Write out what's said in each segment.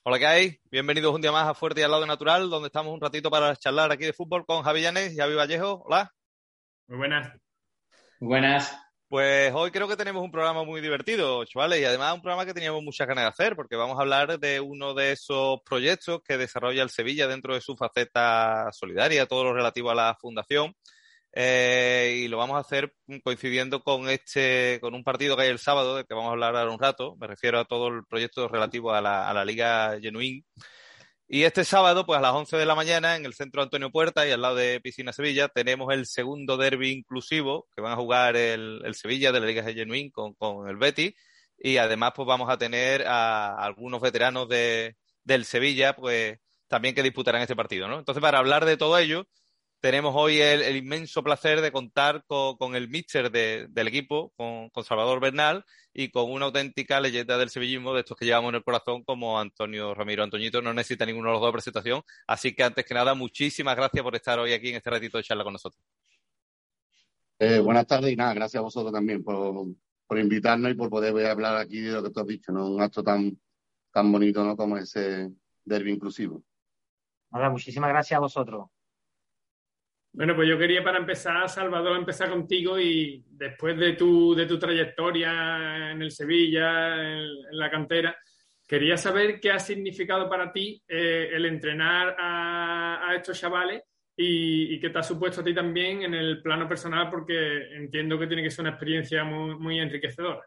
Hola, ¿qué hay? Bienvenidos un día más a Fuerte y al lado natural, donde estamos un ratito para charlar aquí de fútbol con Javi Llanes y Javi Vallejo. Hola. Muy buenas. Muy buenas. Pues hoy creo que tenemos un programa muy divertido, chavales, y además un programa que teníamos muchas ganas de hacer, porque vamos a hablar de uno de esos proyectos que desarrolla el Sevilla dentro de su faceta solidaria, todo lo relativo a la fundación. Y lo vamos a hacer coincidiendo con un partido que hay el sábado, del que vamos a hablar ahora un rato. Me refiero a todo el proyecto relativo a la Liga Genuín. Y este sábado, pues a las 11 de la mañana, en el centro Antonio Puerta y al lado de Piscina Sevilla, tenemos el segundo derbi inclusivo, que van a jugar el Sevilla de la Liga Genuín con el Betis. Y además, pues vamos a tener a algunos veteranos del Sevilla, pues también que disputarán este partido, ¿no? Entonces, para hablar de todo ello, tenemos hoy el inmenso placer de contar con el míster del equipo, con Salvador Bernal, y con una auténtica leyenda del sevillismo, de estos que llevamos en el corazón, como Antonio Ramiro. Antoñito no necesita ninguno de los dos de presentación, así que antes que nada, muchísimas gracias por estar hoy aquí en este ratito de charla con nosotros. Buenas tardes y nada, gracias a vosotros también por invitarnos y por poder hablar aquí de lo que tú has dicho, ¿no? Un acto tan bonito, ¿no? Como ese derbi inclusivo. Nada, muchísimas gracias a vosotros. Bueno, pues yo quería para empezar, Salvador, empezar contigo y después de tu trayectoria en el Sevilla, en la cantera, quería saber qué ha significado para ti el entrenar a estos chavales y qué te ha supuesto a ti también en el plano personal, porque entiendo que tiene que ser una experiencia muy, muy enriquecedora.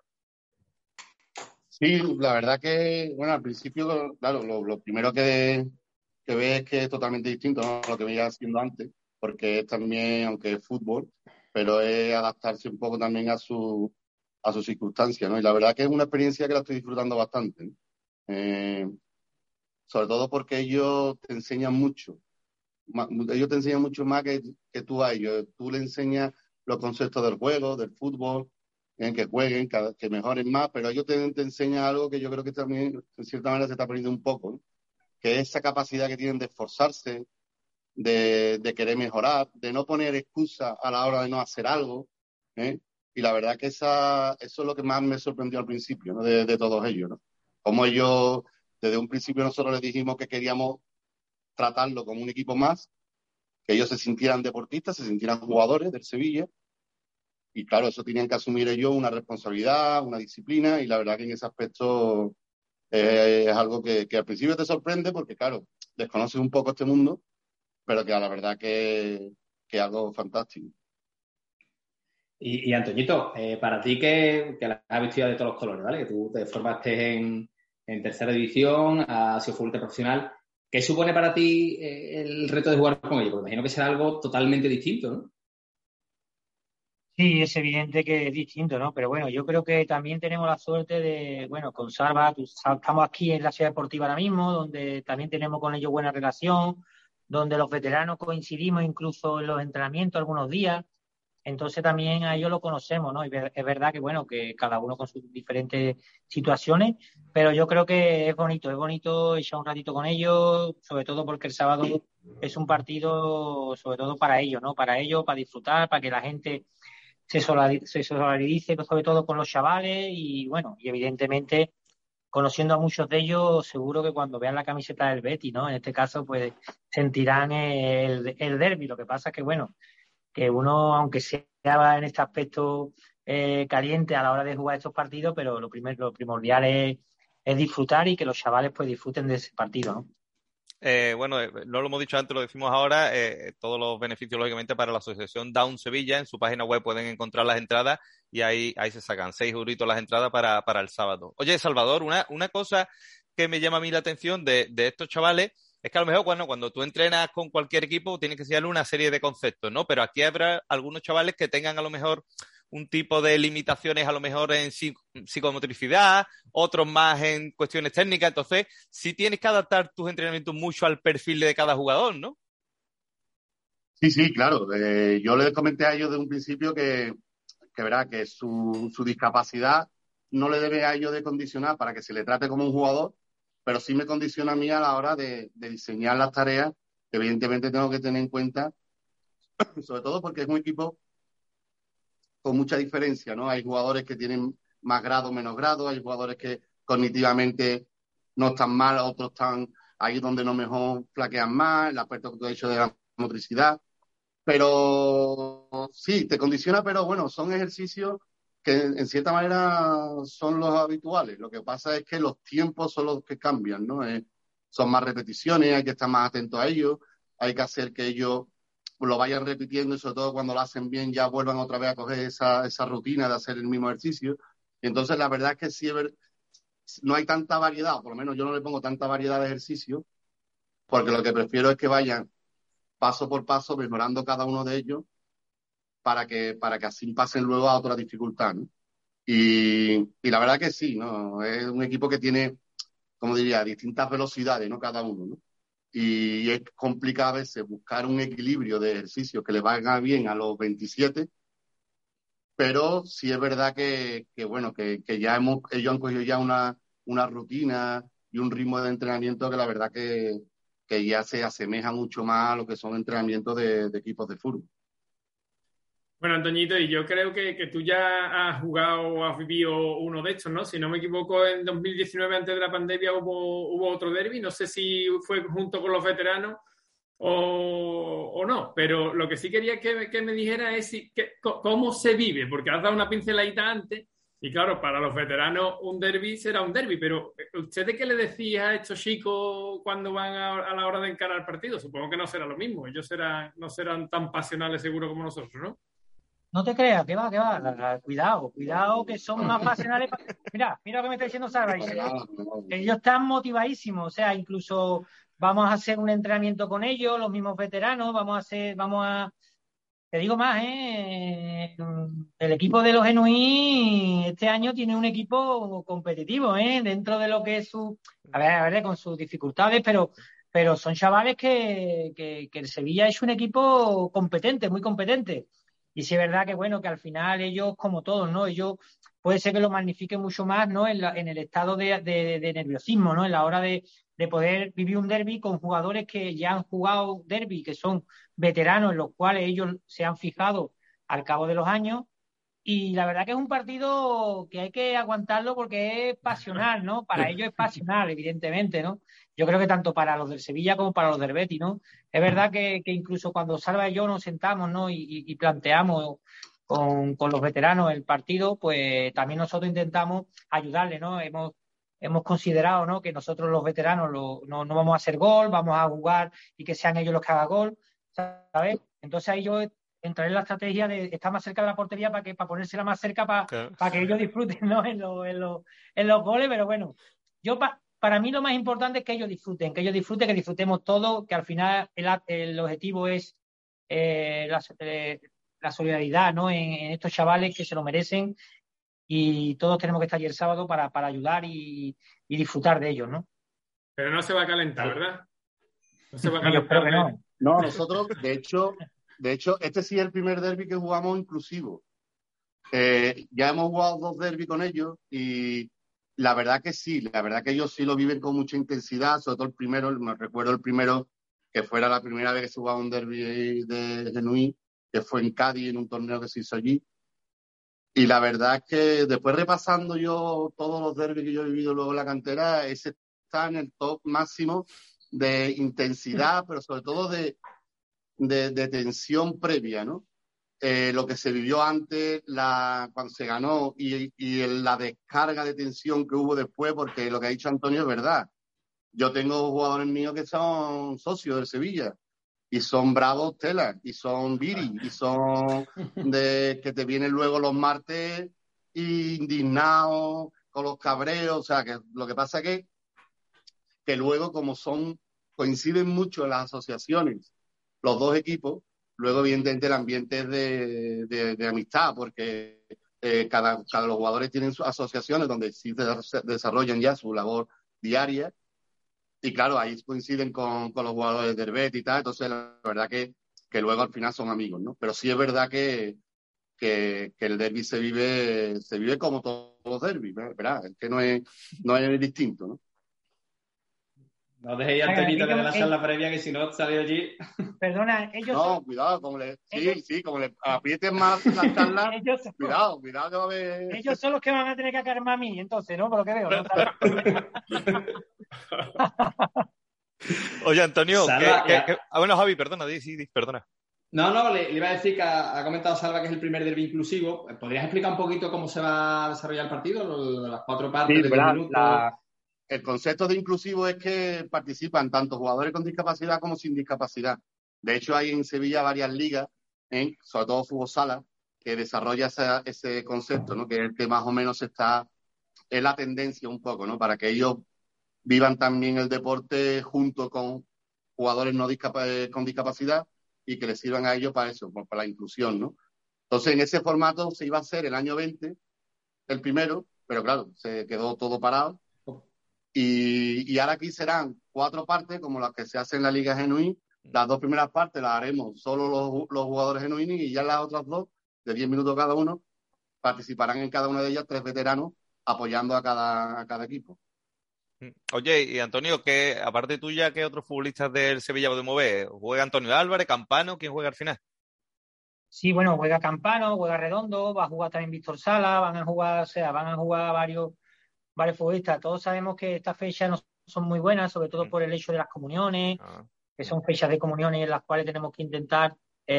Sí, la verdad que, bueno, al principio, claro, lo primero que ves es que es totalmente distinto, ¿no? A lo que veía haciendo antes, porque es también, aunque es fútbol, pero es adaptarse un poco también a sus circunstancias, ¿no? Y la verdad que es una experiencia que la estoy disfrutando bastante, ¿no? Eh, Sobre todo porque ellos te enseñan mucho. Ellos te enseñan mucho más que tú a ellos. Tú le enseñas los conceptos del juego, del fútbol, que jueguen, que mejoren más, pero ellos te enseñan algo que yo creo que también, en cierta manera, se está perdiendo un poco, ¿no? Que es esa capacidad que tienen de esforzarse, de querer mejorar, de no poner excusas a la hora de no hacer algo, ¿eh? Y la verdad que eso es lo que más me sorprendió al principio, ¿no? De todos ellos, ¿no? Como ellos, desde un principio nosotros les dijimos que queríamos tratarlo como un equipo más, que ellos se sintieran deportistas, se sintieran jugadores del Sevilla, y claro, eso tenían que asumir ellos una responsabilidad, una disciplina, y la verdad que en ese aspecto es algo que al principio te sorprende porque, claro, desconoces un poco este mundo, pero que a la verdad que es algo fantástico. Y Antoñito, para ti que la has vestido de todos los colores, ¿vale? Que tú te formaste en tercera división, has sido futbolista profesional. ¿Qué supone para ti el reto de jugar con ellos? Porque imagino que será algo totalmente distinto, ¿no? Sí, es evidente que es distinto, ¿no? Pero bueno, yo creo que también tenemos la suerte de, bueno, con Salva, estamos aquí en la ciudad deportiva ahora mismo, donde también tenemos con ellos buena relación, donde los veteranos coincidimos incluso en los entrenamientos algunos días, entonces también a ellos lo conocemos, ¿no? Es verdad que, bueno, que cada uno con sus diferentes situaciones, pero yo creo que es bonito echar un ratito con ellos, sobre todo porque el sábado es un partido, sobre todo para ellos, ¿no? Para ellos, para disfrutar, para que la gente se solidarice sobre todo con los chavales y bueno, y evidentemente conociendo a muchos de ellos, seguro que cuando vean la camiseta del Betis, ¿no? En este caso, pues sentirán el derbi. Lo que pasa es que, bueno, que uno, aunque sea en este aspecto caliente a la hora de jugar estos partidos, pero lo primordial es disfrutar y que los chavales pues disfruten de ese partido, ¿no? Bueno, no lo hemos dicho antes, lo decimos ahora, todos los beneficios, lógicamente, para la Asociación Down Sevilla. En su página web pueden encontrar las entradas y ahí se sacan 6 € las entradas para el sábado. Oye, Salvador, una cosa que me llama a mí la atención de estos chavales es que a lo mejor cuando tú entrenas con cualquier equipo tienes que enseñarle una serie de conceptos, ¿no? Pero aquí habrá algunos chavales que tengan a lo mejor un tipo de limitaciones a lo mejor en psicomotricidad, otros más en cuestiones técnicas. Entonces, sí tienes que adaptar tus entrenamientos mucho al perfil de cada jugador, ¿no? Sí, claro. Yo les comenté a ellos de un principio que verá que su discapacidad no le debe a ellos de condicionar para que se le trate como un jugador, pero sí me condiciona a mí a la hora de diseñar las tareas que evidentemente tengo que tener en cuenta, sobre todo porque es un equipo con mucha diferencia, ¿no? Hay jugadores que tienen más grado, menos grado, hay jugadores que cognitivamente no están mal, otros están ahí donde no mejor flaquean más, el aspecto que tú has dicho de la motricidad. Pero sí, te condiciona, pero bueno, son ejercicios que en cierta manera son los habituales. Lo que pasa es que los tiempos son los que cambian, ¿no? Son más repeticiones, hay que estar más atento a ellos, hay que hacer que ellos lo vayan repitiendo y sobre todo cuando lo hacen bien ya vuelvan otra vez a coger esa rutina de hacer el mismo ejercicio. Y entonces la verdad es que sí, no hay tanta variedad, o por lo menos yo no le pongo tanta variedad de ejercicios, porque lo que prefiero es que vayan paso por paso mejorando cada uno de ellos para que así pasen luego a otra dificultad, ¿no? Y la verdad que sí, ¿no? Es un equipo que tiene, como diría, distintas velocidades, ¿no? Cada uno, ¿no? Y es complicado a veces buscar un equilibrio de ejercicios que le vaya bien a los 27, pero sí es verdad que bueno, que ya ellos han cogido ya una rutina y un ritmo de entrenamiento que la verdad que ya se asemeja mucho más a lo que son entrenamientos de equipos de fútbol. Bueno, Antoñito, y yo creo que tú ya has jugado o has vivido uno de estos, ¿no? Si no me equivoco, en 2019, antes de la pandemia, hubo otro derbi. No sé si fue junto con los veteranos o no, pero lo que sí quería que me dijera es cómo se vive, porque has dado una pinceladita antes, y claro, para los veteranos un derbi será un derbi, pero ¿ustedes qué le decís a estos chicos cuando van a la hora de encarar el partido? Supongo que no será lo mismo, ellos no serán tan pasionales seguro como nosotros, ¿no? No te creas, que va. Cuidado, que son más pasionales. Mira lo que me está diciendo Sara. Ellos están motivadísimos, o sea, incluso vamos a hacer un entrenamiento con ellos, los mismos veteranos, te digo más, el equipo de los Genuí este año tiene un equipo competitivo, dentro de lo que es a ver, con sus dificultades, pero son chavales que el Sevilla es un equipo competente, muy competente. Y sí es verdad que, bueno, que al final ellos, como todos, ¿no? Ellos puede ser que lo magnifiquen mucho más, ¿no? En el estado de nerviosismo, ¿no? En la hora de poder vivir un derbi con jugadores que ya han jugado derbi, que son veteranos, en los cuales ellos se han fijado al cabo de los años. Y la verdad que es un partido que hay que aguantarlo porque es pasional, ¿no? Para ellos es pasional, evidentemente, ¿no? Yo creo que tanto para los del Sevilla como para los del Betis, ¿no? Es verdad que incluso cuando Salva y yo nos sentamos, ¿no? Y planteamos con los veteranos el partido, pues también nosotros intentamos ayudarle, ¿no? Hemos considerado, ¿no? Que nosotros los veteranos no vamos a hacer gol, vamos a jugar y que sean ellos los que hagan gol, ¿sabes? Entonces ahí yo entrar en la estrategia de estar más cerca de la portería para ponérsela más cerca para que ellos disfruten, ¿no? en los goles, pero bueno, para mí lo más importante es que ellos disfruten, que disfrutemos todo, que al final el objetivo es la solidaridad, ¿no? En estos chavales que se lo merecen y todos tenemos que estar allí el sábado para ayudar y disfrutar de ellos, ¿no? Pero no se va a calentar, ¿verdad? No se va a calentar. Yo espero que no. No, nosotros, de hecho, este sí es el primer derbi que jugamos inclusivo. Ya hemos jugado 2 derbis con ellos y la verdad que sí, la verdad que ellos sí lo viven con mucha intensidad, sobre todo el primero, me recuerdo el primero, que fuera la primera vez que se jugaba un derbi de Genuí, que fue en Cádiz, en un torneo que se hizo allí. Y la verdad es que después repasando yo todos los derbis que yo he vivido luego en la cantera, ese está en el top máximo de intensidad, pero sobre todo de tensión previa, ¿no? Lo que se vivió antes, cuando se ganó y la descarga de tensión que hubo después, porque lo que ha dicho Antonio es verdad. Yo tengo jugadores míos que son socios del Sevilla y son bravos telas, y son viri, y son que te vienen luego los martes indignados con los cabreos, o sea, que lo que pasa es que luego como coinciden mucho en las asociaciones los dos equipos, luego evidentemente el ambiente es de amistad, porque cada los jugadores tienen sus asociaciones donde sí desarrollan ya su labor diaria, y claro, ahí coinciden con los jugadores del Betis y tal, entonces la verdad que luego al final son amigos, ¿no? Pero sí es verdad que el derbi se vive como todos los derbis, ¿verdad? Es que no es distinto, ¿no? No dejéis al Toñito que de la charla previa, que si no sale allí. Perdona, ellos. No, cuidado, como le aprieten más la charla. Cuidado, que va a haber. Ellos son los que van a tener que acarmar a mí, entonces, ¿no? Por lo que veo. ¿No? Oye, Antonio, Salva, bueno, Javi, perdona, perdona. No, le iba a decir que ha comentado Salva que es el primer derbi inclusivo. ¿Podrías explicar un poquito cómo se va a desarrollar el partido? Las 4 partes Sí, de 10 minutos. el concepto de inclusivo es que participan tanto jugadores con discapacidad como sin discapacidad. De hecho, hay en Sevilla varias ligas, sobre todo fútbol sala, que desarrolla ese concepto, ¿no? Que es el que más o menos es la tendencia un poco, ¿no? Para que ellos vivan también el deporte junto con jugadores con discapacidad y que les sirvan a ellos para eso, para la inclusión, ¿no? Entonces, en ese formato se iba a hacer el año 20, el primero, pero claro, se quedó todo parado. Y ahora aquí serán 4 partes, como las que se hacen en la Liga Genuín. Las 2 primeras partes las haremos solo los jugadores genuinos y ya las otras 2, de 10 minutos cada uno, participarán en cada una de ellas 3 veteranos apoyando a cada equipo. Oye, y Antonio, aparte tuya, ¿qué otros futbolistas del Sevilla podemos ver? ¿Juega Antonio Álvarez, Campano? ¿Quién juega al final? Sí, bueno, juega Campano, juega Redondo, va a jugar también Víctor Sala, van a jugar varios futbolistas. Todos sabemos que estas fechas no son muy buenas, sobre todo por el hecho de las comuniones, que son fechas de comuniones en las cuales tenemos que intentar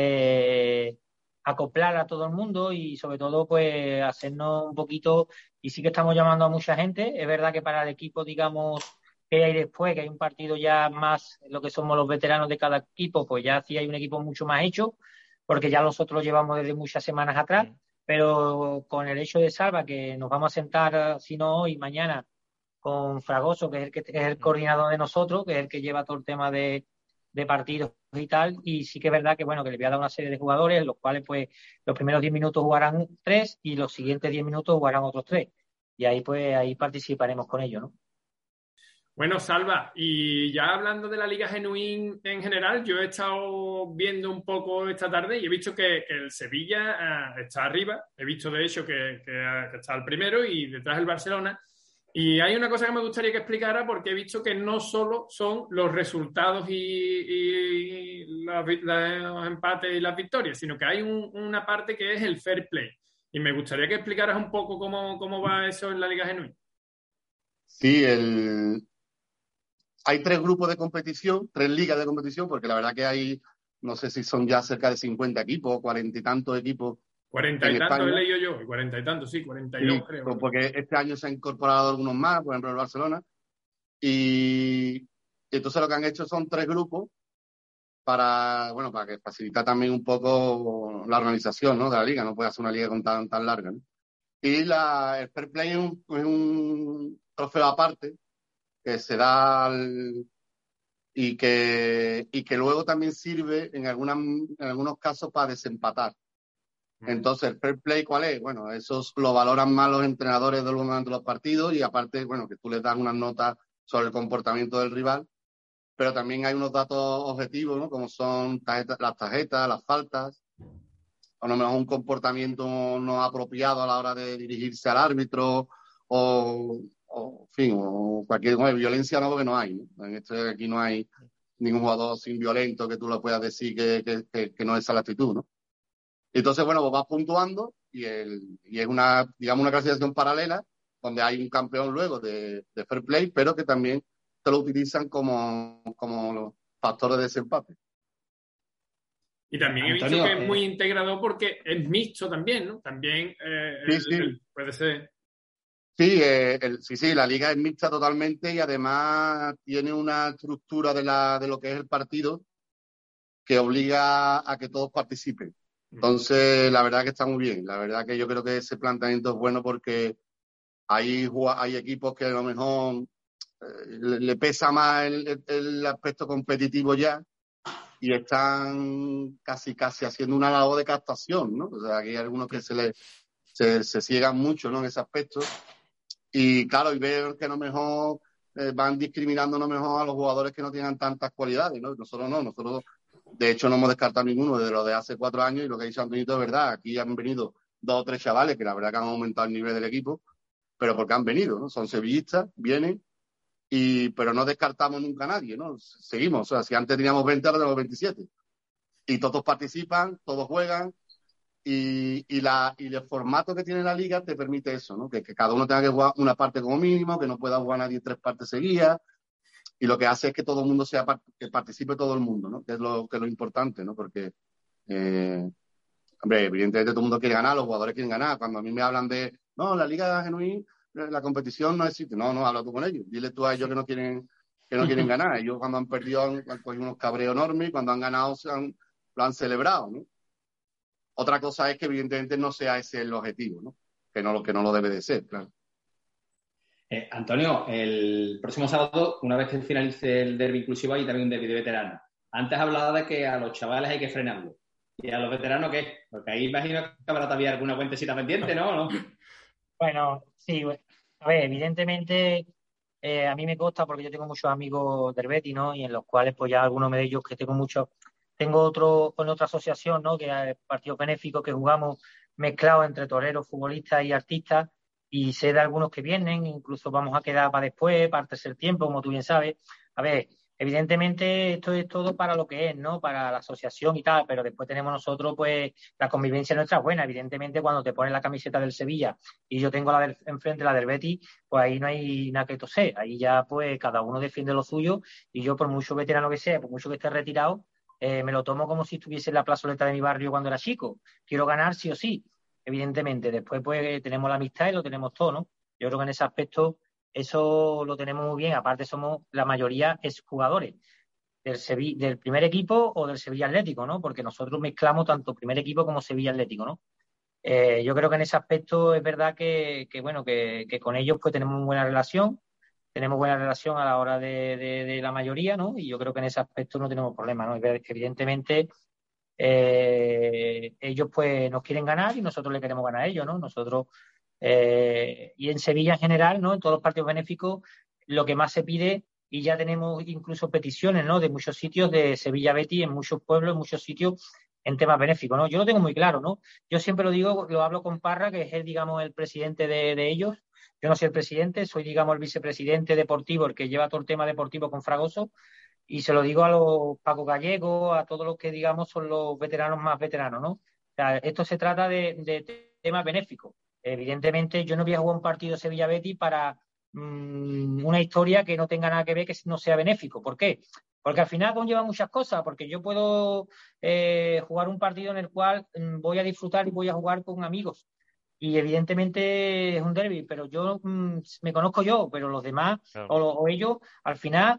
acoplar a todo el mundo y sobre todo pues hacernos un poquito, y sí que estamos llamando a mucha gente. Es verdad que para el equipo, digamos, que hay después, que hay un partido ya más, lo que somos los veteranos de cada equipo, pues ya sí hay un equipo mucho más hecho, porque ya nosotros lo llevamos desde muchas semanas atrás, pero con el hecho de Salva, que nos vamos a sentar, si no hoy, mañana, con Fragoso, que es el coordinador de nosotros, que es el que lleva todo el tema de partidos y tal, y sí que es verdad que bueno, que le voy a dar una serie de jugadores, los cuales pues los primeros 10 minutos jugarán 3 y los siguientes 10 minutos jugarán otros 3, y ahí participaremos con ellos, ¿no? Bueno, Salva, y ya hablando de la Liga Genuín en general, yo he estado viendo un poco esta tarde y he visto que el Sevilla está arriba. He visto, de hecho, que está el primero y detrás el Barcelona. Y hay una cosa que me gustaría que explicara, porque he visto que no solo son los resultados y los empates y las victorias, sino que hay una parte que es el fair play. Y me gustaría que explicaras un poco cómo va eso en la Liga Genuín. Sí, hay 3 grupos de competición, 3 ligas de competición, porque la verdad que hay, no sé si son ya cerca de 50 equipos, 40 y tantos equipos. 40 y en tantos he España. leído yo, y 40 y tantos, sí, 42 Sí, creo. porque este año se han incorporado algunos más, por ejemplo el Barcelona, y entonces lo que han hecho son 3 grupos para que facilitar también un poco la organización, ¿no?, de la liga. No puede hacer una liga tan larga, ¿no? Y el Fair Play es un trofeo aparte que se da y que luego también sirve en algunos casos para desempatar. Entonces, el fair play, ¿cuál es? Bueno, eso lo valoran más los entrenadores durante los partidos y aparte, bueno, que tú les das unas notas sobre el comportamiento del rival, pero también hay unos datos objetivos, ¿no?, como son las tarjetas, las faltas, a lo mejor un comportamiento no apropiado a la hora de dirigirse al árbitro en fin, o cualquier violencia, no, porque no hay, ¿no? Aquí no hay ningún jugador sin violento que tú le puedas decir que no es esa la actitud, ¿no? Entonces, bueno, pues vas puntuando y es digamos, una clasificación paralela donde hay un campeón luego de fair play, pero que también te lo utilizan como factor de desempate. Y también he visto que es muy integrado porque es mixto también, ¿no? También puede ser. Sí, la liga es mixta totalmente y además tiene una estructura de lo que es el partido que obliga a que todos participen. Entonces, la verdad que está muy bien. La verdad que yo creo que ese planteamiento es bueno porque hay equipos que a lo mejor le pesa más el aspecto competitivo ya y están casi haciendo una labor de captación, ¿no? O sea, aquí hay algunos que se ciegan mucho, ¿no?, en ese aspecto. Y claro, y ver que a lo mejor van discriminando a lo mejor a los jugadores que no tengan tantas cualidades, ¿no? Nosotros de hecho no hemos descartado ninguno desde lo de hace 4 años, y lo que ha dicho Antonio es verdad. Aquí han venido 2 o 3 chavales que la verdad que han aumentado el nivel del equipo, pero porque han venido, ¿no? Son sevillistas, vienen, pero no descartamos nunca a nadie, ¿no? Seguimos, o sea, si antes teníamos 20, ahora tenemos 27. Y todos participan, todos juegan, y el formato que tiene la liga te permite eso, ¿no? Que cada uno tenga que jugar una parte como mínimo, que no pueda jugar nadie 3 partes seguidas, y lo que hace es que todo el mundo que participe todo el mundo, ¿no? Que es lo importante, ¿no? Porque, hombre, evidentemente todo el mundo quiere ganar, los jugadores quieren ganar. Cuando a mí me hablan de, no, la Liga Genuín, la competición no existe. No, habla tú con ellos. Dile tú a ellos que no quieren ganar. Ellos cuando han perdido han cogido unos cabreos enormes y cuando han ganado lo han celebrado, ¿no? Otra cosa es que evidentemente no sea ese el objetivo, ¿no? Que no lo debe de ser, claro. Antonio, el próximo sábado, una vez que finalice el derbi inclusivo, hay también un derbi de veteranos. Antes hablaba de que a los chavales hay que frenarlo. ¿Y a los veteranos qué? Porque ahí imagino que habrá todavía alguna cuentecita pendiente, ¿no? Bueno, sí, a ver, evidentemente a mí me consta porque yo tengo muchos amigos del Betis, ¿no? Y en los cuales pues ya algunos de ellos que tengo otro con otra asociación, ¿no? Que es partidos benéficos que jugamos mezclados entre toreros, futbolistas y artistas, y sé de algunos que vienen, incluso vamos a quedar para después, para el tercer tiempo, como tú bien sabes. A ver, evidentemente esto es todo para lo que es, ¿no? Para la asociación y tal, pero después tenemos nosotros, pues, la convivencia nuestra es buena. Evidentemente, cuando te pones la camiseta del Sevilla y yo tengo enfrente la del Betis, pues ahí no hay nada que toser. Ahí ya, pues, cada uno defiende lo suyo y yo, por mucho veterano que sea, por mucho que esté retirado, me lo tomo como si estuviese en la plazoleta de mi barrio cuando era chico. Quiero ganar sí o sí, evidentemente. Después, pues, tenemos la amistad y lo tenemos todo, ¿no? Yo creo que en ese aspecto eso lo tenemos muy bien. Aparte, somos la mayoría exjugadores del primer equipo o del Sevilla Atlético, ¿no? Porque nosotros mezclamos tanto primer equipo como Sevilla Atlético, ¿no? Yo creo que en ese aspecto es verdad que bueno, que con ellos pues tenemos buena relación a la hora de la mayoría, ¿no? Y yo creo que en ese aspecto no tenemos problema, ¿no? Evidentemente, ellos pues nos quieren ganar y nosotros le queremos ganar a ellos, ¿no? Nosotros, y en Sevilla en general, ¿no? En todos los partidos benéficos, lo que más se pide, y ya tenemos incluso peticiones, ¿no? De muchos sitios de Sevilla Betis, en muchos pueblos, en muchos sitios, en temas benéficos, ¿no? Yo lo tengo muy claro, ¿no? Yo siempre lo digo, lo hablo con Parra, que es él, digamos, el presidente de ellos. Yo no soy el presidente, soy, digamos, el vicepresidente deportivo, el que lleva todo el tema deportivo con Fragoso, y se lo digo a los Paco Gallegos, a todos los que, digamos, son los veteranos más veteranos, ¿no? O sea, esto se trata de temas benéficos. Evidentemente, yo no voy a jugar un partido Sevilla-Betis para una historia que no tenga nada que ver, que no sea benéfico. ¿Por qué? Porque al final conlleva muchas cosas, porque yo puedo jugar un partido en el cual voy a disfrutar y voy a jugar con amigos. Y evidentemente es un derbi, pero yo me conozco yo, pero los demás, claro, o ellos, al final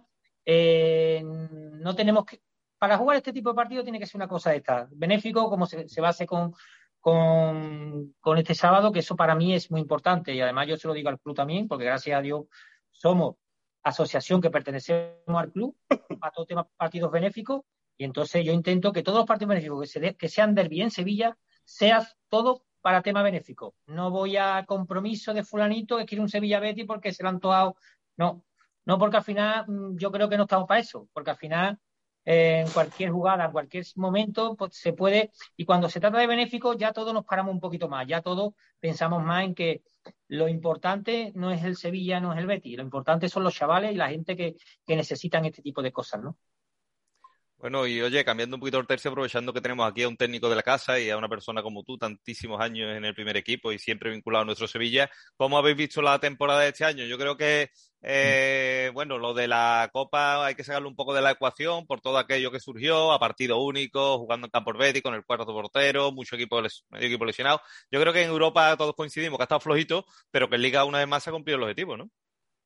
no tenemos que... Para jugar este tipo de partido tiene que ser una cosa esta, benéfico, como se base con este sábado, que eso para mí es muy importante. Y además yo se lo digo al club también, porque gracias a Dios somos asociación que pertenecemos al club, a todos temas partidos benéficos, y entonces yo intento que todos los partidos benéficos que sean derbi en Sevilla, sean todos para tema benéfico. No voy a compromiso de fulanito que quiere un Sevilla Betis porque se lo han antojado. No, porque al final yo creo que no estamos para eso, porque al final en cualquier jugada, en cualquier momento pues, se puede, y cuando se trata de benéfico ya todos nos paramos un poquito más, ya todos pensamos más en que lo importante no es el Sevilla, no es el Betis, lo importante son los chavales y la gente que necesitan este tipo de cosas, ¿no? Bueno, y oye, cambiando un poquito el tercio, aprovechando que tenemos aquí a un técnico de la casa y a una persona como tú, tantísimos años en el primer equipo y siempre vinculado a nuestro Sevilla, ¿cómo habéis visto la temporada de este año? Yo creo que, bueno, lo de la Copa hay que sacarlo un poco de la ecuación por todo aquello que surgió, a partido único, jugando en campo Betis con el cuarto portero, medio equipo lesionado. Yo creo que en Europa todos coincidimos que ha estado flojito, pero que en Liga una vez más se ha cumplido el objetivo, ¿no?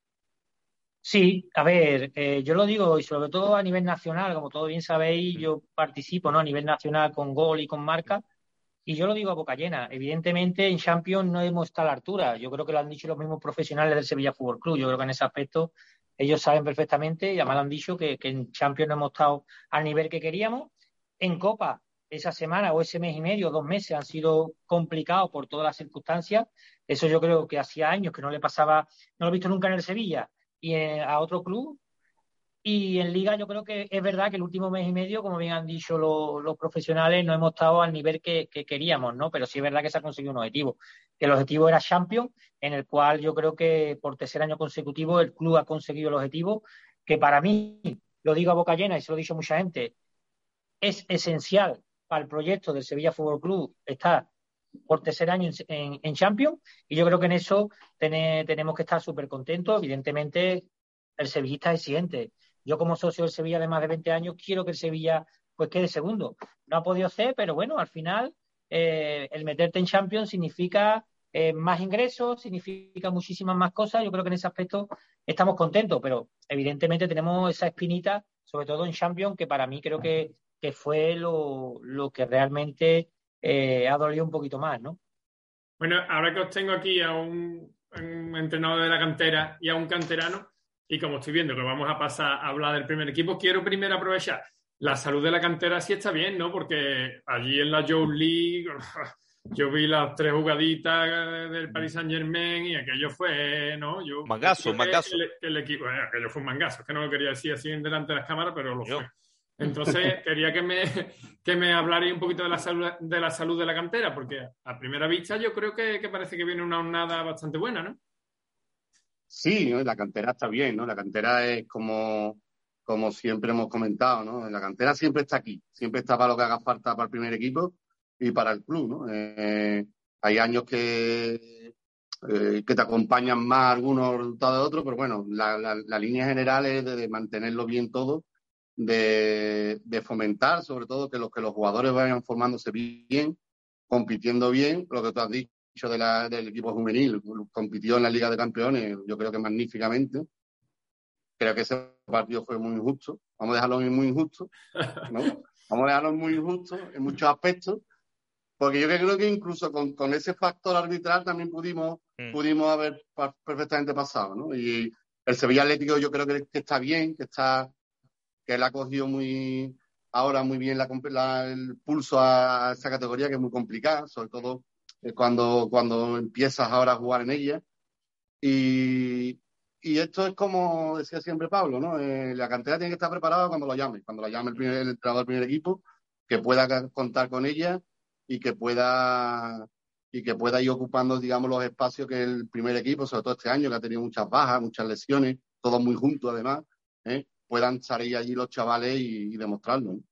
Sí, a ver, yo lo digo, y sobre todo a nivel nacional, como todos bien sabéis, yo participo, ¿no? A nivel nacional con gol y con marca, y yo lo digo a boca llena. Evidentemente, en Champions no hemos estado a la altura. Yo creo que lo han dicho los mismos profesionales del Sevilla Fútbol Club. Yo creo que en ese aspecto ellos saben perfectamente, y además lo han dicho, que en Champions no hemos estado al nivel que queríamos. En Copa, esa semana o ese mes y medio, 2 meses, han sido complicados por todas las circunstancias. Eso yo creo que hacía años que no le pasaba, no lo he visto nunca en el Sevilla y a otro club. Y en Liga yo creo que es verdad que el último mes y medio, como bien han dicho los profesionales, no hemos estado al nivel que queríamos, ¿no? Pero sí es verdad que se ha conseguido un objetivo. Que el objetivo era Champions, en el cual yo creo que por tercer año consecutivo el club ha conseguido el objetivo, que para mí, lo digo a boca llena y se lo ha dicho mucha gente, es esencial para el proyecto del Sevilla Fútbol Club estar por tercer año en Champions, y yo creo que en eso tenemos que estar súper contentos. Evidentemente, el sevillista es exigente. yo como socio del Sevilla de más de 20 años quiero que el Sevilla pues quede segundo. No ha podido ser, pero bueno, al final el meterte en Champions significa más ingresos, significa muchísimas más cosas. Yo creo que en ese aspecto estamos contentos, pero evidentemente tenemos esa espinita, sobre todo en Champions, que para mí creo que fue lo que realmente ha dolido un poquito más, ¿no? Bueno, ahora que os tengo aquí a un entrenador de la cantera y a un canterano, y como estoy viendo que vamos a pasar a hablar del primer equipo, quiero primero aprovechar. La salud de la cantera sí está bien, ¿no? Porque allí en la Youth League yo vi las 3 jugaditas del Paris Saint-Germain y aquello fue, ¿no? Mangazo. El equipo, aquello fue un mangazo. Es que no lo quería decir así delante de las cámaras, pero lo fue. Entonces, quería que me hablarais un poquito de la salud de la cantera, porque a primera vista yo creo que parece que viene una jornada bastante buena, ¿no? Sí, ¿no? La cantera está bien, ¿no? La cantera es como siempre hemos comentado, ¿no? La cantera siempre está aquí, siempre está para lo que haga falta para el primer equipo y para el club, ¿no? Hay años que te acompañan más algunos resultados de otros, pero bueno, la línea general es de mantenerlo bien todo, de fomentar sobre todo que los jugadores vayan formándose bien, compitiendo bien, lo que tú has dicho del equipo juvenil, compitió en la Liga de Campeones, yo creo que magníficamente. Creo que ese partido fue muy injusto. Vamos a dejarlo muy injusto, ¿no? Vamos a dejarlo muy injusto en muchos aspectos, porque yo creo que incluso con ese factor arbitral también pudimos haber perfectamente pasado, ¿no? Y el Sevilla Atlético yo creo que está bien, que él ha cogido ahora muy bien el pulso a esa categoría que es muy complicada, sobre todo cuando empiezas ahora a jugar en ella. Y esto es como decía siempre Pablo, ¿no? La cantera tiene que estar preparada cuando la llame el entrenador del primer equipo, que pueda contar con ella y que pueda ir ocupando, digamos, los espacios que el primer equipo, sobre todo este año, que ha tenido muchas bajas, muchas lesiones, todos muy juntos además, puedan salir allí los chavales y demostrarlo, ¿no?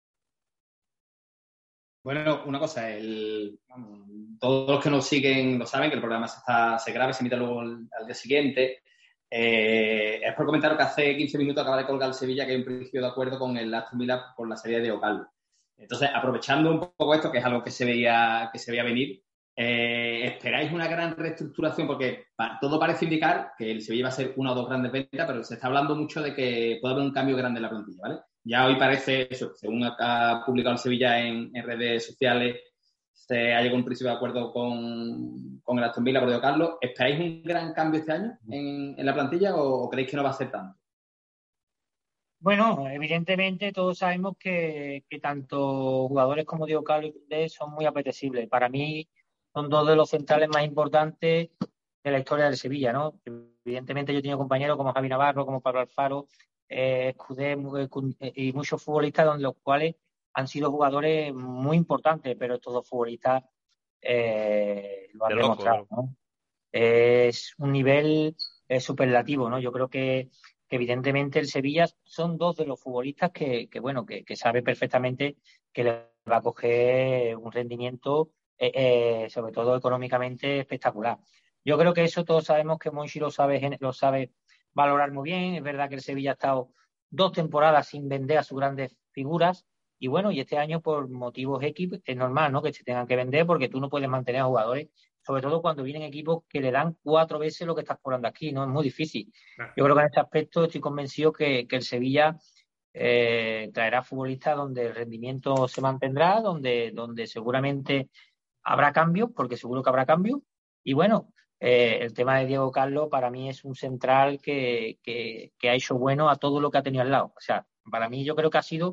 Bueno, una cosa, todos los que nos siguen lo saben, que el programa se graba y se emite luego al día siguiente. Es por comentar que hace 15 minutos acaba de colgar el Sevilla que hay un principio de acuerdo con el Aston Villa por la salida de Ocal. Entonces, aprovechando un poco esto, que es algo que se veía venir, ¿esperáis una gran reestructuración? Porque todo parece indicar que el Sevilla va a ser 1 o 2 grandes ventas, pero se está hablando mucho de que puede haber un cambio grande en la plantilla, ¿vale? Ya hoy parece eso, según ha publicado el Sevilla en redes sociales, se ha llegado a un principio de acuerdo con el Aston Villa por Diego Carlos. ¿Esperáis un gran cambio este año en la plantilla o creéis que no va a ser tanto? Bueno, evidentemente todos sabemos que tanto jugadores como Diego Carlos y Koundé son muy apetecibles. Para mí son 2 de los centrales más importantes de la historia del Sevilla, ¿no? Evidentemente yo he tenido compañeros como Javi Navarro, como Pablo Alfaro, Koundé y muchos futbolistas los cuales han sido jugadores muy importantes, pero estos 2 futbolistas lo han demostrado, ¿no? Es un nivel superlativo, ¿no? Yo creo que evidentemente el Sevilla son 2 de los futbolistas que sabe perfectamente que le va a coger un rendimiento, sobre todo económicamente, espectacular. Yo creo que eso todos sabemos que Monchi lo sabe valorar muy bien. Es verdad que el Sevilla ha estado 2 temporadas sin vender a sus grandes figuras y bueno, y este año por motivos X es normal, ¿no? Que se tengan que vender porque tú no puedes mantener a jugadores, sobre todo cuando vienen equipos que le dan 4 veces lo que estás cobrando aquí, ¿no? Es muy difícil. Yo creo que en este aspecto estoy convencido que el Sevilla traerá futbolistas donde el rendimiento se mantendrá, donde seguramente habrá cambios, porque seguro que habrá cambios. Y bueno, el tema de Diego Carlos para mí es un central que ha hecho bueno a todo lo que ha tenido al lado. O sea, para mí yo creo que ha sido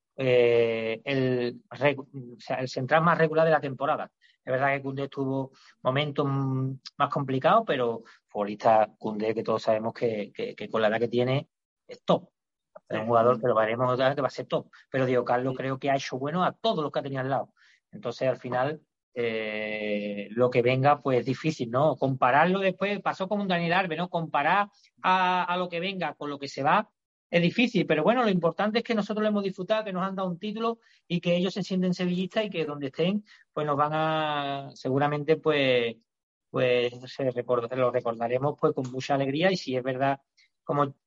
el central más regular de la temporada. Es verdad que Koundé tuvo momentos más complicados, pero futbolista Koundé, que todos sabemos que con la edad que tiene es top. Es un jugador que lo veremos que va a ser top. Pero Diego Carlos creo que ha hecho bueno a todos los que ha tenido al lado. Entonces, al final, lo que venga, pues es difícil, ¿no? Compararlo después, pasó como un Daniel Alves, ¿no? Comparar a lo que venga con lo que se va es difícil, pero bueno, lo importante es que nosotros lo hemos disfrutado, que nos han dado un título y que ellos se sienten sevillistas y que donde estén, pues nos van a, seguramente, pues lo recordaremos pues con mucha alegría. Y si es verdad, como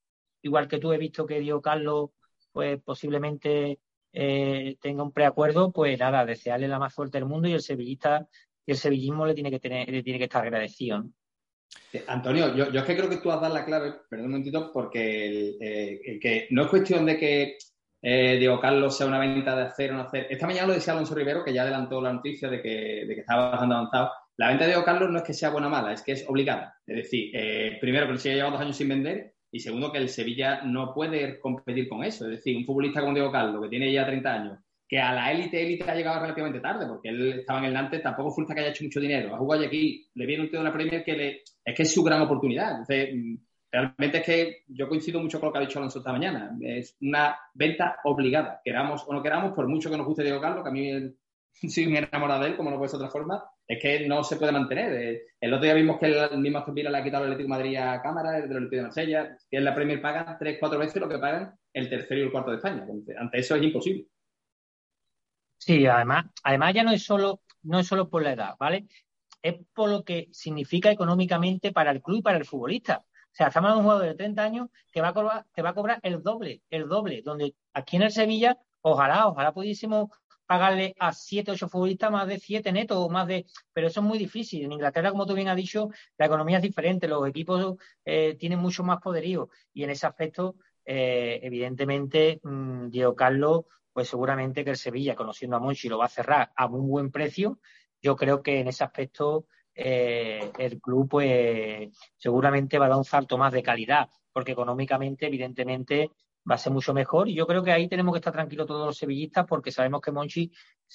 igual que tú, he visto que Diego Carlos, pues posiblemente tenga un preacuerdo, pues nada, desearle la más suerte del mundo y el sevillismo le tiene que estar agradecido, ¿no? Antonio, yo es que creo que tú has dado la clave, perdón un momentito, porque el que no es cuestión de que Diego Carlos sea una venta de hacer o no hacer. Esta mañana lo decía Alonso Rivero, que ya adelantó la noticia de que estaba bastante avanzado. La venta de Diego Carlos no es que sea buena o mala, es que es obligada. Es decir, primero que el Sevilla lleva 2 años sin vender y segundo que el Sevilla no puede competir con eso. Es decir, un futbolista como Diego Carlos, que tiene ya 30 años, que a la élite ha llegado relativamente tarde, porque él estaba en el Nantes, tampoco fue que haya hecho mucho dinero. Ha jugado aquí, le viene un tío de la Premier es que es su gran oportunidad. Entonces, realmente es que yo coincido mucho con lo que ha dicho Alonso esta mañana. Es una venta obligada, queramos o no queramos, por mucho que nos guste Diego Carlos, que a mí soy muy enamorado de él, como no puede ser de otra forma, es que no se puede mantener. El otro día vimos que el mismo Aston Villa le ha quitado el Atlético de Madrid a Cámara, el del Olympique de Marsella, que en la Premier pagan 3-4 veces lo que pagan el tercero y el cuarto de España. Entonces, ante eso es imposible. Sí, además ya no es solo por la edad, ¿vale? Es por lo que significa económicamente para el club y para el futbolista. O sea, estamos hablando de un jugador de 30 años que va a cobrar el doble, donde aquí en el Sevilla, ojalá pudiésemos pagarle a 7, 8 futbolistas más de 7 netos o más de... Pero eso es muy difícil. En Inglaterra, como tú bien has dicho, la economía es diferente, los equipos tienen mucho más poderío y en ese aspecto, evidentemente, Diego Carlos, pues seguramente que el Sevilla, conociendo a Monchi, lo va a cerrar a un buen precio. Yo creo que en ese aspecto el club pues seguramente va a dar un salto más de calidad, porque económicamente, evidentemente, va a ser mucho mejor. Y yo creo que ahí tenemos que estar tranquilos todos los sevillistas, porque sabemos que Monchi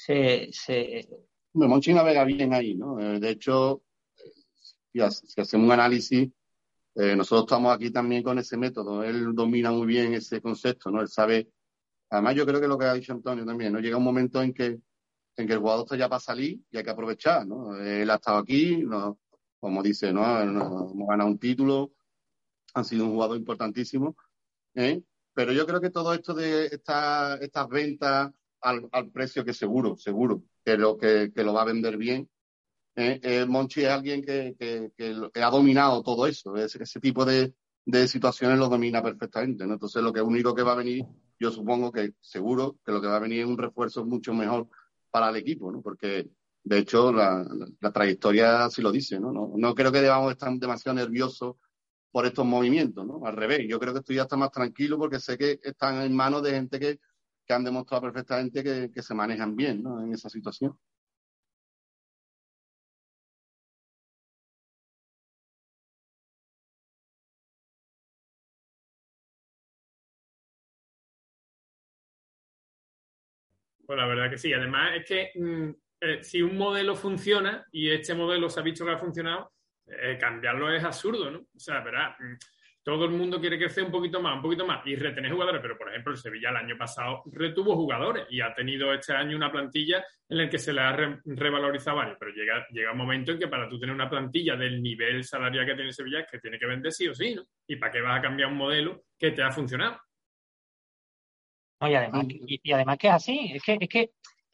Monchi navega bien ahí, ¿no? De hecho, si hacemos un análisis, nosotros estamos aquí también con ese método. Él domina muy bien ese concepto, ¿no? Él sabe. Además, yo creo que lo que ha dicho Antonio también, ¿no? Llega un momento en que el jugador está ya para salir y hay que aprovechar, ¿no? Él ha estado aquí, ¿no? Como dice, ¿no? Hemos ganado un título, han sido un jugador importantísimo, ¿eh? Pero yo creo que todo esto de estas ventas al precio que seguro, que lo va a vender bien. Monchi es alguien que ha dominado todo eso, ese tipo de situaciones lo domina perfectamente, ¿no? Entonces lo único que va a venir, yo supongo que seguro que lo que va a venir es un refuerzo mucho mejor para el equipo, ¿no? Porque de hecho la trayectoria así lo dice, ¿no? No creo que debamos estar demasiado nerviosos por estos movimientos, ¿no? Al revés, yo creo que estoy hasta más tranquilo porque sé que están en manos de gente que han demostrado perfectamente que se manejan bien, ¿no? En esa situación. Pues la verdad que sí. Además es que si un modelo funciona y este modelo se ha visto que ha funcionado, cambiarlo es absurdo, ¿no? O sea, verá, todo el mundo quiere crecer un poquito más y retener jugadores, pero por ejemplo el Sevilla el año pasado retuvo jugadores y ha tenido este año una plantilla en la que se le ha revalorizado varios, pero llega un momento en que para tú tener una plantilla del nivel salarial que tiene Sevilla es que tiene que vender sí o sí, ¿no? ¿Y para qué vas a cambiar un modelo que te ha funcionado? No, y además que es así, es que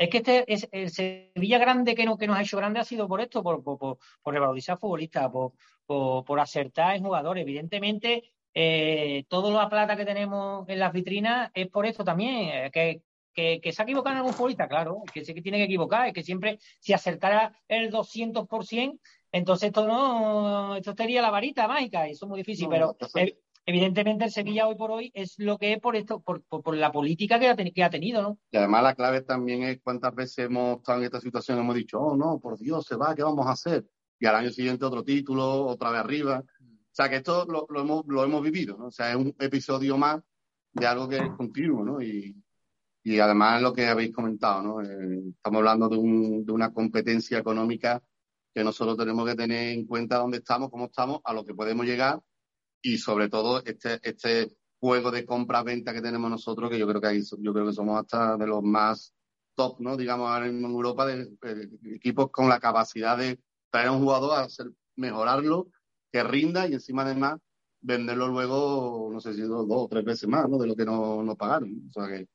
el Sevilla grande que nos ha hecho grande ha sido por esto, por revalorizar futbolistas, por acertar en jugadores. Evidentemente, toda la plata que tenemos en las vitrinas es por esto también, que se ha equivocado en algún futbolista, claro, que se tiene que equivocar, es que siempre si acertara el 200%, entonces esto sería la varita mágica, y eso es muy difícil, pero... Evidentemente el Sevilla hoy por hoy es lo que es por esto, por la política que ha tenido, ¿no? Y además la clave también es cuántas veces hemos estado en esta situación, hemos dicho, oh no, por Dios, se va, ¿qué vamos a hacer? Y al año siguiente otro título, otra vez arriba. O sea que esto lo hemos vivido, ¿no? O sea, es un episodio más de algo que es continuo, ¿no? Y además lo que habéis comentado, ¿no? Estamos hablando de una competencia económica que nosotros tenemos que tener en cuenta dónde estamos, cómo estamos, a lo que podemos llegar. Y sobre todo este juego de compra-venta que tenemos nosotros, que yo creo que somos hasta de los más top, ¿no? Digamos, ahora mismo en Europa, de equipos con la capacidad de traer a un jugador, mejorarlo, que rinda y encima además venderlo luego, no sé si 2 o 3 veces más, ¿no? De lo que nos pagaron. O sea que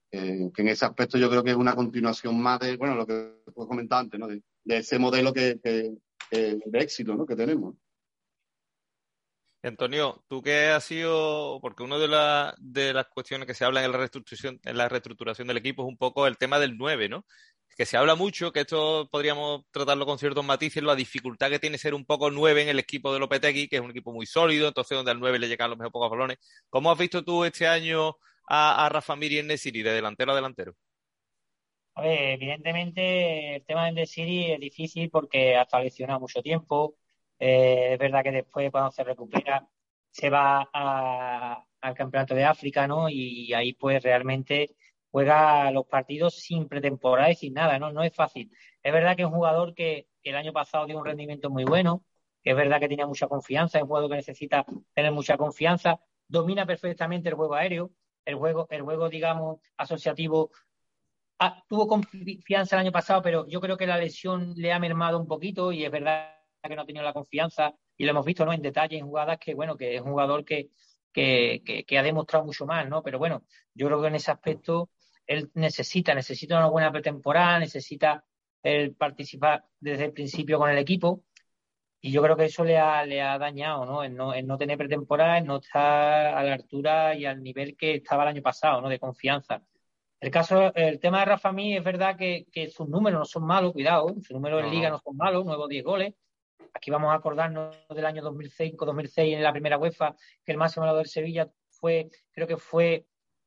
en ese aspecto yo creo que es una continuación más de, bueno, lo que os comentaba antes, ¿no? De ese modelo de éxito, ¿no? Que tenemos. Antonio, tú que has sido, porque una de las cuestiones que se habla en la reestructuración del equipo es un poco el tema del 9, ¿no? Que se habla mucho, que esto podríamos tratarlo con ciertos matices, la dificultad que tiene ser un poco 9 en el equipo de Lopetegui, que es un equipo muy sólido, entonces donde al 9 le llegan los mejor pocos balones. ¿Cómo has visto tú este año a Rafa Mir y Nesiri, de delantero a delantero? A ver, evidentemente el tema del Nesiri es difícil porque ha estado lesionado mucho tiempo. Es verdad que después, cuando se recupera, se va al Campeonato de África, ¿no? Y ahí pues realmente juega los partidos sin pretemporada y sin nada, ¿no? No es fácil. Es verdad que es un jugador que el año pasado dio un rendimiento muy bueno, que es verdad que tenía mucha confianza, es un jugador que necesita tener mucha confianza, domina perfectamente el juego aéreo, el juego, digamos, asociativo. Tuvo confianza el año pasado, pero yo creo que la lesión le ha mermado un poquito y es verdad que no ha tenido la confianza y lo hemos visto, ¿no? En detalle, en jugadas que, bueno, que es un jugador que ha demostrado mucho más, ¿no? Pero bueno, yo creo que en ese aspecto él necesita una buena pretemporada, necesita el participar desde el principio con el equipo y yo creo que eso le ha dañado, ¿no? El no tener pretemporada, el no estar a la altura y al nivel que estaba el año pasado, ¿no? De confianza. El tema de Rafa Mir es verdad que sus números no son malos, cuidado, sus números en No, Liga no. no son malos, nuevos 10 goles. Aquí vamos a acordarnos del año 2005-2006 en la primera UEFA, que el máximo goleador del Sevilla creo que fue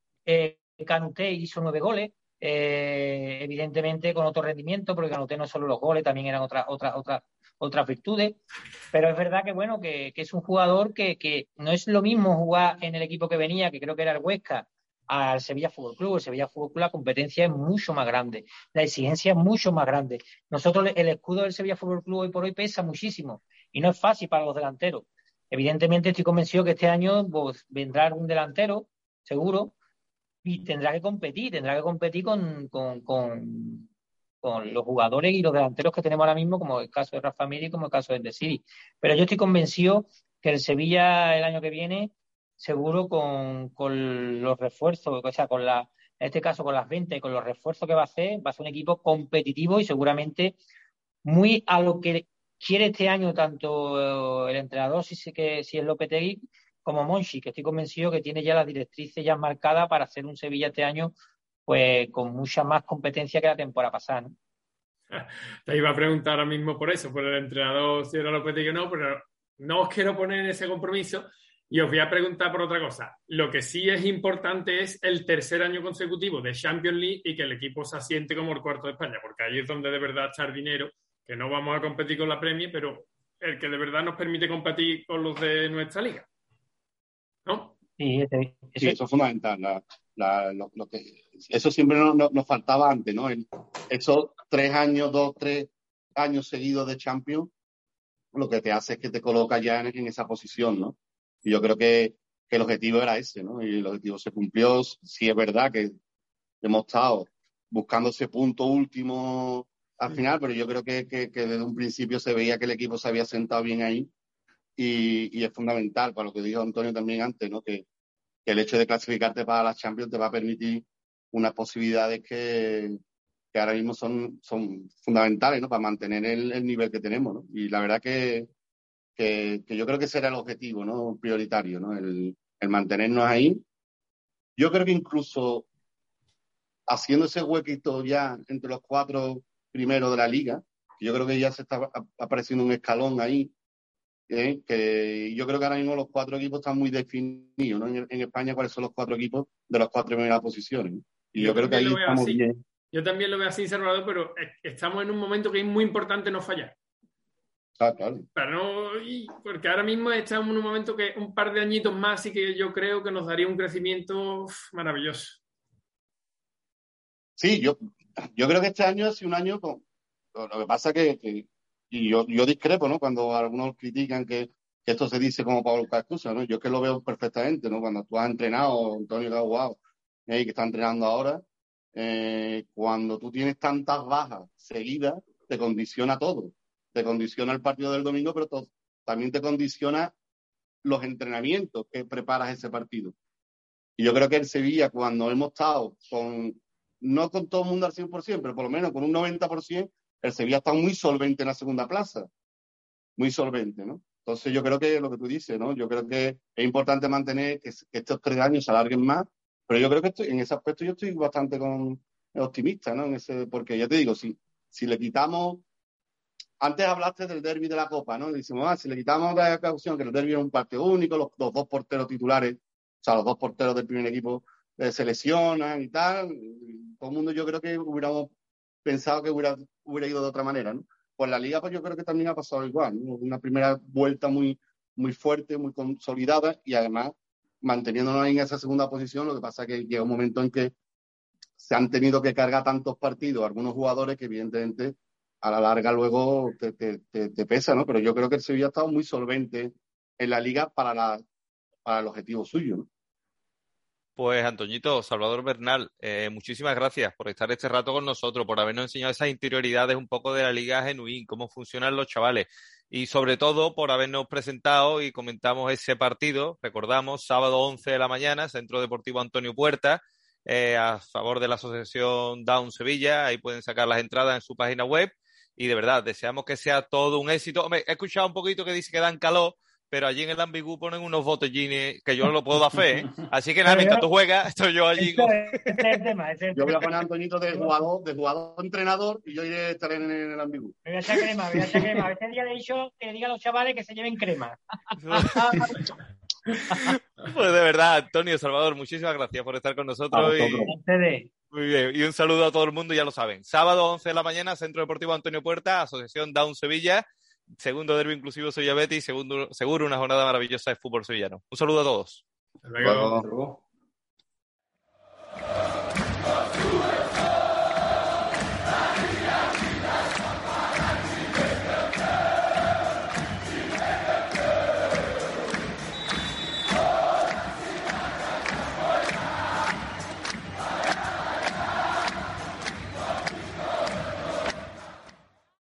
Canuté y hizo 9 goles. Evidentemente con otro rendimiento, porque Canuté no solo los goles, también eran otras virtudes. Pero es verdad que bueno, que es un jugador que no es lo mismo jugar en el equipo que venía, que creo que era el Huesca, al Sevilla Fútbol Club. El Sevilla Fútbol Club, la competencia es mucho más grande, la exigencia es mucho más grande. Nosotros, el escudo del Sevilla Fútbol Club hoy por hoy pesa muchísimo y no es fácil para los delanteros. Evidentemente estoy convencido que este año pues, vendrá algún delantero, seguro, y tendrá que competir con los jugadores y los delanteros que tenemos ahora mismo, como el caso de Rafa Mir y como el caso de Nesiri. Pero yo estoy convencido que el Sevilla el año que viene, seguro con los refuerzos, o sea, en este caso con las ventas y con los refuerzos que va a ser un equipo competitivo y seguramente muy a lo que quiere este año tanto el entrenador, si es Lopetegui, como Monchi, que estoy convencido que tiene ya las directrices ya marcadas para hacer un Sevilla este año pues con mucha más competencia que la temporada pasada, ¿no? Te iba a preguntar ahora mismo por eso, por el entrenador, si era Lopetegui o no, pero no os quiero poner en ese compromiso y os voy a preguntar por otra cosa. Lo que sí es importante es el tercer año consecutivo de Champions League y que el equipo se asiente como el cuarto de España, porque ahí es donde de verdad está el dinero, que no vamos a competir con la Premier, pero el que de verdad nos permite competir con los de nuestra liga, ¿no? Sí, Sí, eso es fundamental. Eso siempre nos faltaba antes, ¿no? Esos 3 años seguidos de Champions, lo que te hace es que te coloca ya en esa posición, ¿no? Y yo creo que el objetivo era ese, ¿no? Y el objetivo se cumplió. Sí es verdad que hemos estado buscando ese punto último al final, pero yo creo que desde un principio se veía que el equipo se había sentado bien ahí y es fundamental, para lo que dijo Antonio también antes, ¿no? Que el hecho de clasificarte para las Champions te va a permitir unas posibilidades que ahora mismo son fundamentales, ¿no? Para mantener el nivel que tenemos, ¿no? Y la verdad que yo creo que ese era el objetivo, ¿no? Prioritario, ¿no? El mantenernos ahí. Yo creo que incluso haciendo ese huequito ya entre los 4 primeros de la liga, yo creo que ya se está apareciendo un escalón ahí, que yo creo que ahora mismo los 4 equipos están muy definidos, ¿no? En España, cuáles son los 4 equipos de las 4 primeras posiciones, ¿no? Y yo creo que ahí estamos bien. Yo también lo veo así, Salvador, pero estamos en un momento que es muy importante no fallar. Claro. Porque ahora mismo estamos en un momento que un par de añitos más y que yo creo que nos daría un crecimiento maravilloso. Sí, yo creo que este año ha sido un año lo que pasa y yo discrepo, ¿no? Cuando algunos critican que esto se dice como para buscar excusas, ¿no? Yo es que lo veo perfectamente, ¿no? Cuando tú has entrenado, Antonio, que ha jugado, que está entrenando ahora, cuando tú tienes tantas bajas seguidas, te condiciona todo. Te condiciona el partido del domingo, pero también te condiciona los entrenamientos que preparas ese partido. Y yo creo que el Sevilla, cuando hemos estado no con todo el mundo al 100%, pero por lo menos con un 90%, el Sevilla está muy solvente en la segunda plaza. Muy solvente, ¿no? Entonces yo creo que lo que tú dices, ¿no? Yo creo que es importante mantener que estos 3 años se alarguen más, pero yo creo que en ese aspecto yo estoy bastante optimista, ¿no? Porque ya te digo, si le quitamos... Antes hablaste del derbi de la Copa, ¿no? Decimos, si le quitamos la ocasión que el derbi es un partido único, los 2 porteros titulares, o sea, los 2 porteros del primer equipo se lesionan y tal, todo el mundo yo creo que hubiéramos pensado que hubiera ido de otra manera, ¿no? Pues la Liga, pues yo creo que también ha pasado igual, ¿no? Una primera vuelta muy, muy fuerte, muy consolidada y además manteniéndonos en esa segunda posición, lo que pasa es que llega un momento en que se han tenido que cargar tantos partidos algunos jugadores que evidentemente a la larga luego te pesa, ¿no? Pero yo creo que el Sevilla ha estado muy solvente en la Liga para el objetivo suyo, ¿no? Pues Antoñito, Salvador Bernal, muchísimas gracias por estar este rato con nosotros, por habernos enseñado esas interioridades un poco de la Liga Genuín, cómo funcionan los chavales y sobre todo por habernos presentado y comentamos ese partido, recordamos, sábado 11 de la mañana, Centro Deportivo Antonio Puerta, a favor de la Asociación Down Sevilla, ahí pueden sacar las entradas en su página web y de verdad, deseamos que sea todo un éxito. Hombre, he escuchado un poquito que dice que dan calor, pero allí en el Ambigú ponen unos botellines que yo no lo puedo dar fe, ¿eh? Así que nada, mientras tú juegas, estoy yo allí. Es el tema. Yo voy a poner a Antoñito de jugador entrenador y yo iré a estar en el Ambigú. Me voy a echar crema. Este día le he dicho que le diga a los chavales que se lleven crema. Pues de verdad, Antonio, Salvador, muchísimas gracias por estar con nosotros. Muy bien, y un saludo a todo el mundo, ya lo saben. Sábado 11 de la mañana, Centro Deportivo Antonio Puerta, Asociación Down Sevilla, segundo derbi inclusivo Sevilla Betis, seguro una jornada maravillosa de fútbol sevillano. Un saludo a todos. Hasta luego.